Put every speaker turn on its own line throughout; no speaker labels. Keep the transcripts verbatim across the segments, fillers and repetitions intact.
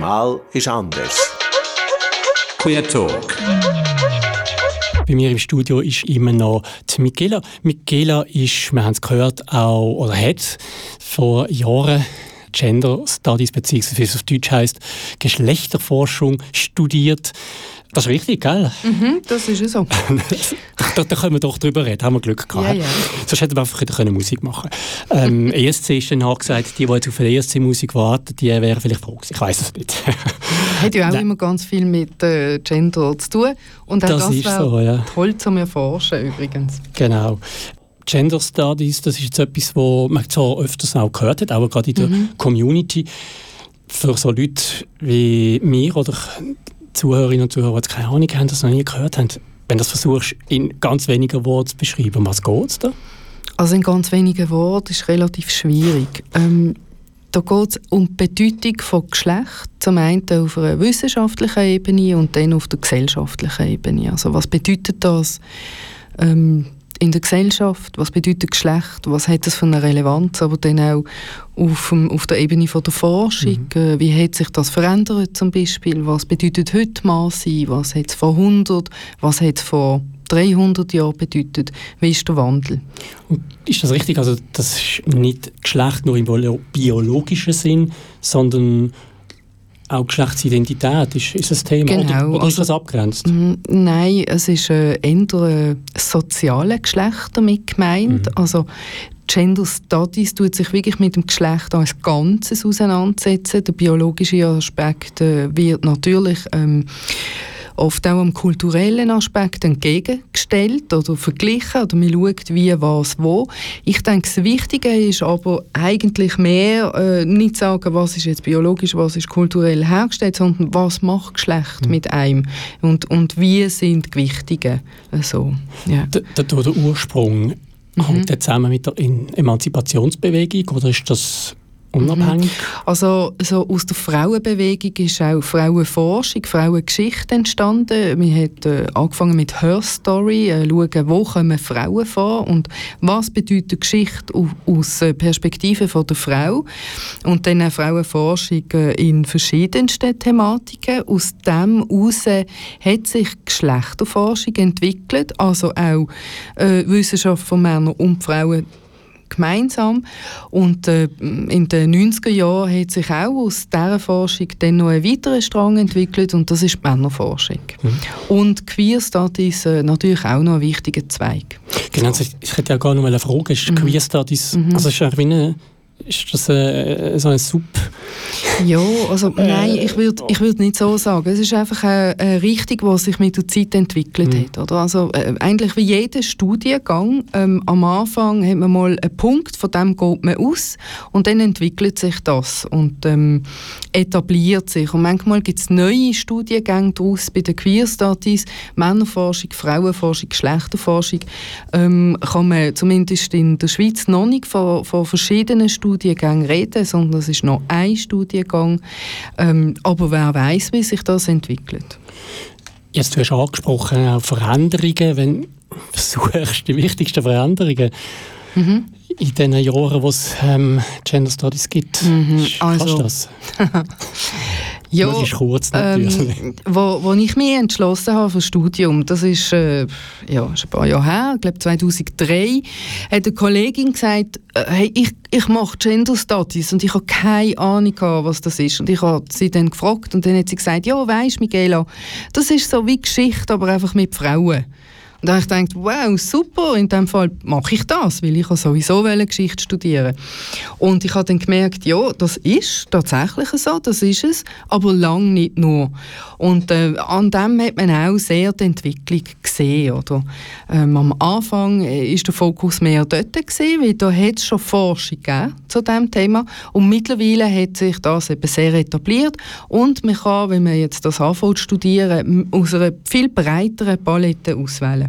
Mal ist anders. Queer Talk.
Bei mir im Studio ist immer noch die Michaela. Michaela ist, wir haben es gehört, auch, oder hat vor Jahren Gender Studies, beziehungsweise wie es auf Deutsch heisst, Geschlechterforschung studiert. Das ist richtig, gell?
Mhm, das ist so.
da, da können wir doch drüber reden, haben wir Glück gehabt.
Ja, ja.
Sonst hätten wir einfach wieder Musik machen können. Ähm, E S C ist dann angesagt, die, die jetzt auf die E S C-Musik warten, die wären vielleicht froh gewesen. Ich weiss es nicht.
Hat ja auch Nein. immer ganz viel mit äh, Gender zu tun. Und auch
das, das wäre so, ja.
toll zum Erforschen übrigens.
Genau. Gender Studies, das ist jetzt etwas, was man so öfters auch gehört hat, aber gerade in der mhm. Community. Für so Leute wie mir oder Zuhörerinnen und Zuhörer, die keine Ahnung haben, das noch nie gehört haben, wenn du das versuchst, in ganz wenigen Worten zu beschreiben, was geht es da?
Also in ganz wenigen Worten ist relativ schwierig. Ähm, da geht es um die Bedeutung von Geschlecht, zum einen auf einer wissenschaftlichen Ebene und dann auf der gesellschaftlichen Ebene. Also was bedeutet das ähm, in der Gesellschaft, was bedeutet Geschlecht, was hat das für eine Relevanz, aber dann auch auf, dem, auf der Ebene von der Forschung, mhm. äh, wie hat sich das verändert zum Beispiel, was bedeutet heute Mann sein, was hat es vor hundert, was hat es vor dreihundert Jahren bedeutet, wie ist der Wandel?
Und ist das richtig, also das ist nicht Geschlecht nur im biologischen Sinn, sondern auch Geschlechtsidentität ist, ist ein Thema,
genau.
oder, oder ist das abgrenzt?
Also, nein, es ist äh, eher ein soziales Geschlecht damit gemeint. Mhm. Also Gender Studies tut sich wirklich mit dem Geschlecht als Ganzes auseinandersetzen. Der biologische Aspekt äh, wird natürlich ähm, oft auch am kulturellen Aspekt entgegengestellt oder verglichen oder man schaut, wie, was, wo. Ich denke, das Wichtige ist aber eigentlich mehr äh, nicht sagen, was ist jetzt biologisch, was ist kulturell hergestellt, sondern was macht Geschlecht mhm. mit einem und, und wie sind Gewichtungen. Also, ja.
der, der, der Ursprung mhm. hängt der zusammen mit der Emanzipationsbewegung oder ist das unabhängig?
Also so aus der Frauenbewegung ist auch Frauenforschung, Frauengeschichte entstanden. Wir haben äh, angefangen mit Her Story, äh, schauen, wo kommen Frauen vor und was bedeutet Geschichte aus, aus äh, Perspektive von der Frau. Und dann äh, Frauenforschung äh, in verschiedensten Thematiken. Aus dem heraus hat sich Geschlechterforschung entwickelt, also auch äh, Wissenschaft von Männern und Frauen gemeinsam. Und äh, in den neunziger Jahren hat sich auch aus dieser Forschung dann noch ein weiterer Strang entwickelt und das ist die Männerforschung. Mhm. Und Queer Studies äh, natürlich auch noch ein wichtiger Zweig.
Genau, ich hätte ja gar noch eine Frage. Ist mhm. Queer Studies, mhm. also ist das wie eine, ist das äh, so ein Sub?
Ja, also nein, ich würde ich würd nicht so sagen. Es ist einfach eine, eine Richtung, die sich mit der Zeit entwickelt mhm. hat. Oder? Also, äh, eigentlich wie jeder Studiengang, ähm, am Anfang hat man mal einen Punkt, von dem geht man aus und dann entwickelt sich das und ähm, etabliert sich. Und manchmal gibt es neue Studiengänge daraus bei den Queer Studies, Männerforschung, Frauenforschung, Geschlechterforschung. Ähm, kann man zumindest in der Schweiz noch nicht von, von verschiedenen Studiengängen reden, sondern es ist noch ein Studiengang. Ähm, aber wer weiß, wie sich das entwickelt.
Jetzt, du hast angesprochen, auch Veränderungen, wenn du versuchst, die wichtigsten Veränderungen mhm. in den Jahren, wo es ähm, Gender Studies gibt.
Mhm.
Kannst
also,
du das?
Ja,
das ist kurz natürlich.
Ähm, wo, wo ich mich entschlossen habe für das Studium, das ist, äh, ja, ist ein paar Jahre her, ich glaube zweitausenddrei, hat eine Kollegin gesagt, äh, hey, ich, ich mache Gender Studies und ich habe keine Ahnung, was das ist. Und ich habe sie dann gefragt und dann hat sie gesagt, ja, weisst Michaela, das ist so wie Geschichte, aber einfach mit Frauen. Und dann habe ich gedacht, wow, super, in dem Fall mache ich das, weil ich sowieso Geschichte studieren. Und ich habe dann gemerkt, ja, das ist tatsächlich so, das ist es, aber lange nicht nur. Und äh, an dem hat man auch sehr die Entwicklung gesehen. Oder? Ähm, am Anfang war äh, der Fokus mehr dort gewesen, weil da hat es schon Forschung gegeben zu diesem Thema. Und mittlerweile hat sich das eben sehr etabliert. Und man kann, wenn man jetzt das anfängt zu studieren, aus einer viel breiteren Palette auswählen.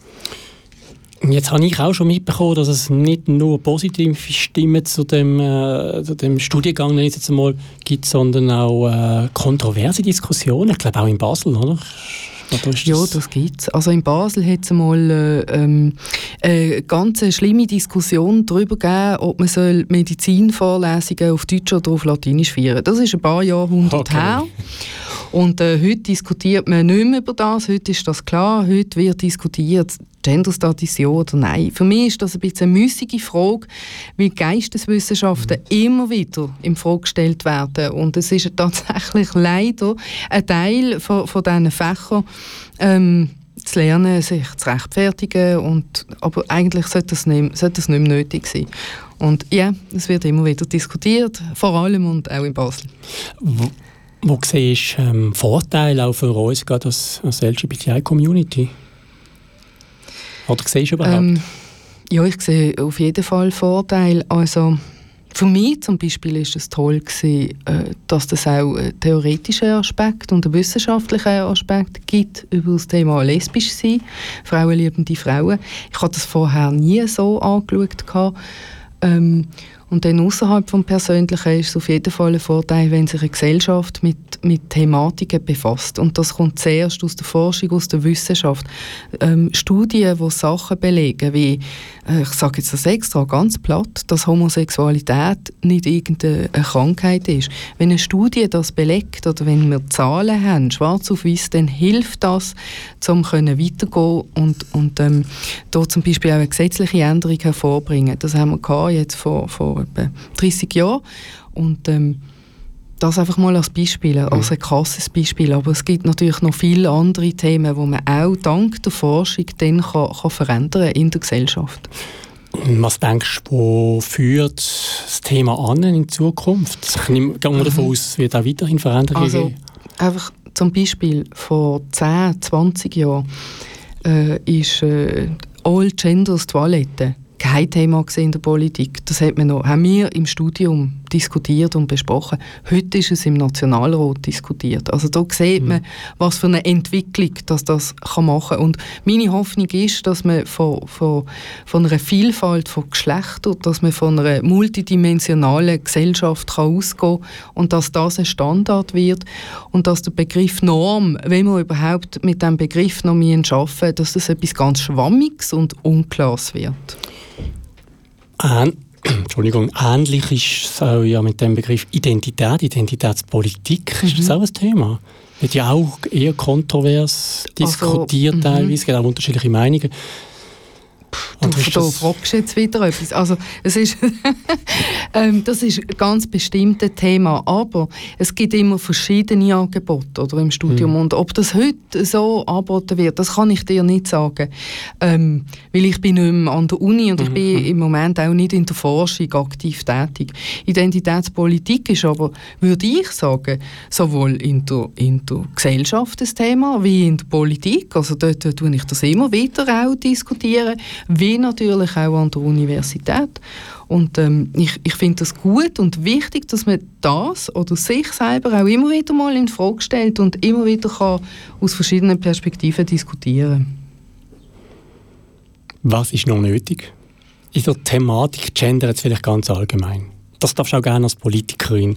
Jetzt habe ich auch schon mitbekommen, dass es nicht nur positive Stimmen zu dem, äh, zu dem Studiengang, nenne ich jetzt einmal, gibt, sondern auch äh, kontroverse Diskussionen. Ich glaube auch in Basel, oder? Das
ja, das gibt es. Also in Basel hat es mal äh, ähm, eine ganz schlimme Diskussion darüber gegeben, ob man soll Medizinvorlesungen auf Deutsch oder auf Latinisch feiern soll. Das ist ein paar Jahrhunderte okay. her. Und äh, heute diskutiert man nicht mehr über das. Heute ist das klar. Heute wird diskutiert, Genderstatus ja oder nein. Für mich ist das ein bisschen eine müßige Frage, weil Geisteswissenschaften mhm. immer wieder in Frage gestellt werden. Und es ist tatsächlich leider ein Teil von, von diesen Fächern, ähm, zu lernen, sich zu rechtfertigen. Und, aber eigentlich sollte das, nicht, sollte das nicht mehr nötig sein. Und ja, es wird immer wieder diskutiert, vor allem und auch in Basel.
Wo, wo siehst du ähm, Vorteile auch für uns, gerade als, als L G B T I-Community? Oder siehst du überhaupt? Ähm,
ja, ich sehe auf jeden Fall Vorteile. Also, für mich zum Beispiel ist es toll gewesen, äh, dass es auch einen theoretischen Aspekt und einen wissenschaftlichen Aspekt gibt über das Thema lesbisch sein, frauenliebende Frauen. Ich habe das vorher nie so angeschaut. Ähm, und dann außerhalb vom Persönlichen ist es auf jeden Fall ein Vorteil, wenn sich eine Gesellschaft mit, mit Thematiken befasst. Und das kommt zuerst aus der Forschung, aus der Wissenschaft. Ähm, Studien, die Sachen belegen, wie, äh, ich sage jetzt das extra ganz platt, dass Homosexualität nicht irgendeine Krankheit ist. Wenn eine Studie das belegt oder wenn wir Zahlen haben, schwarz auf weiß, dann hilft das, um weiterzugehen und, und ähm, da zum Beispiel auch eine gesetzliche Änderung hervorbringen. Das haben wir gehabt, jetzt vor, vor etwa dreissig Jahren. Und ähm, das einfach mal als Beispiel, als ein krasses Beispiel. Aber es gibt natürlich noch viele andere Themen, die man auch dank der Forschung dann kann, kann verändern in der Gesellschaft.
Was denkst du, wo führt das Thema an in Zukunft? Ich gehe mal davon aus, es wird auch weiterhin Veränderungen
also,
geben.
Einfach zum Beispiel vor zehn, zwanzig Jahren äh, ist äh, All Genders Toilette kein Thema in der Politik. Das hat man noch, haben wir im Studium diskutiert und besprochen. Heute ist es im Nationalrat diskutiert. Also da sieht man, was für eine Entwicklung das, das kann machen kann. Und meine Hoffnung ist, dass man von, von, von einer Vielfalt von Geschlechtern, dass man von einer multidimensionalen Gesellschaft kann ausgehen kann und dass das ein Standard wird und dass der Begriff Norm, wenn wir überhaupt mit diesem Begriff noch arbeiten müssen, dass das etwas ganz Schwammiges und Unklares wird.
Ähn, Entschuldigung, ähnlich ist es auch ja mit dem Begriff Identität, Identitätspolitik. Mhm. Ist das auch ein Thema? Wird ja auch eher kontrovers diskutiert, also, teilweise, es gibt auch unterschiedliche Meinungen.
Du, du fragst jetzt wieder etwas. Also, es ist ähm, das ist ein ganz bestimmtes Thema, aber es gibt immer verschiedene Angebote oder, im Studium. Mhm. Und ob das heute so angeboten wird, das kann ich dir nicht sagen. Ähm, weil ich bin nicht mehr an der Uni und mhm. ich bin im Moment auch nicht in der Forschung aktiv tätig. Identitätspolitik ist aber, würde ich sagen, sowohl in der, in der Gesellschaft ein Thema wie in der Politik. Also dort tue ich das immer wieder auch diskutieren, wie natürlich auch an der Universität. Und ähm, ich, ich finde das gut und wichtig, dass man das oder sich selber auch immer wieder mal in Frage stellt und immer wieder kann aus verschiedenen Perspektiven diskutieren.
Was ist noch nötig? In der Thematik Gender jetzt vielleicht ganz allgemein. Das darfst du auch gerne als Politikerin,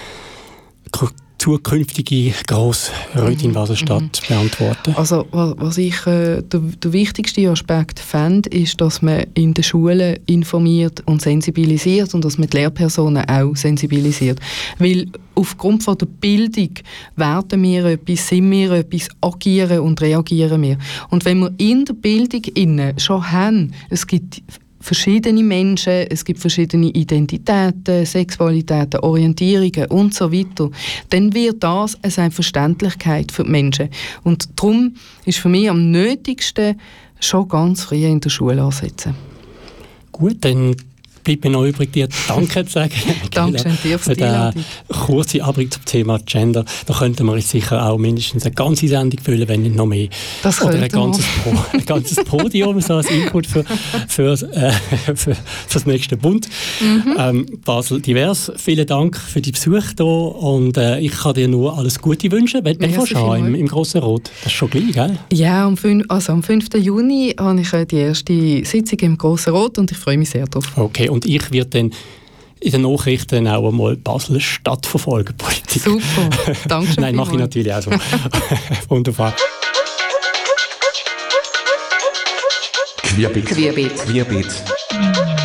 zukünftige Grossrätin mhm. Basel-Stadt beantworten?
Also was ich äh, der, der wichtigste Aspekt fände, ist, dass man in den Schulen informiert und sensibilisiert und dass man die Lehrpersonen auch sensibilisiert. Weil aufgrund von der Bildung werden wir etwas, sind wir etwas, agieren und reagieren wir. Und wenn wir in der Bildung innen schon haben, es gibt verschiedene Menschen, es gibt verschiedene Identitäten, Sexualitäten, Orientierungen und so weiter, dann wird das eine Selbstverständlichkeit für die Menschen. Und darum ist für mich am nötigsten, schon ganz früh in der Schule ansetzen.
Gut, dann bleibt mir noch übrig, dir Danke zu sagen.
Dankeschön dir für die Einladung.
Kurze Abriss zum Thema Gender. Da könnten wir jetzt sicher auch mindestens eine ganze Sendung füllen, wenn nicht noch mehr.
Das
Oder ein ganzes, Po- ein ganzes Podium, so als Input für, für, äh, für, für das nächste Bund. Mhm. Ähm, Basel Divers, vielen Dank für die Besuch hier und äh, ich kann dir nur alles Gute wünschen. Wenn du ja, im, im Grossen Rot, das ist schon gleich, gell?
Ja, am, fünf, also am fünften Juni habe ich die erste Sitzung im Grossen Rot und ich freue mich sehr darauf.
Okay. Und ich werde dann in den Nachrichten auch einmal Basel Stadt verfolgen, Politik.
Super, danke schön.
Nein, mache ich natürlich auch so. Wunderbar.
Querbeet.
Querbeet.
Querbeet.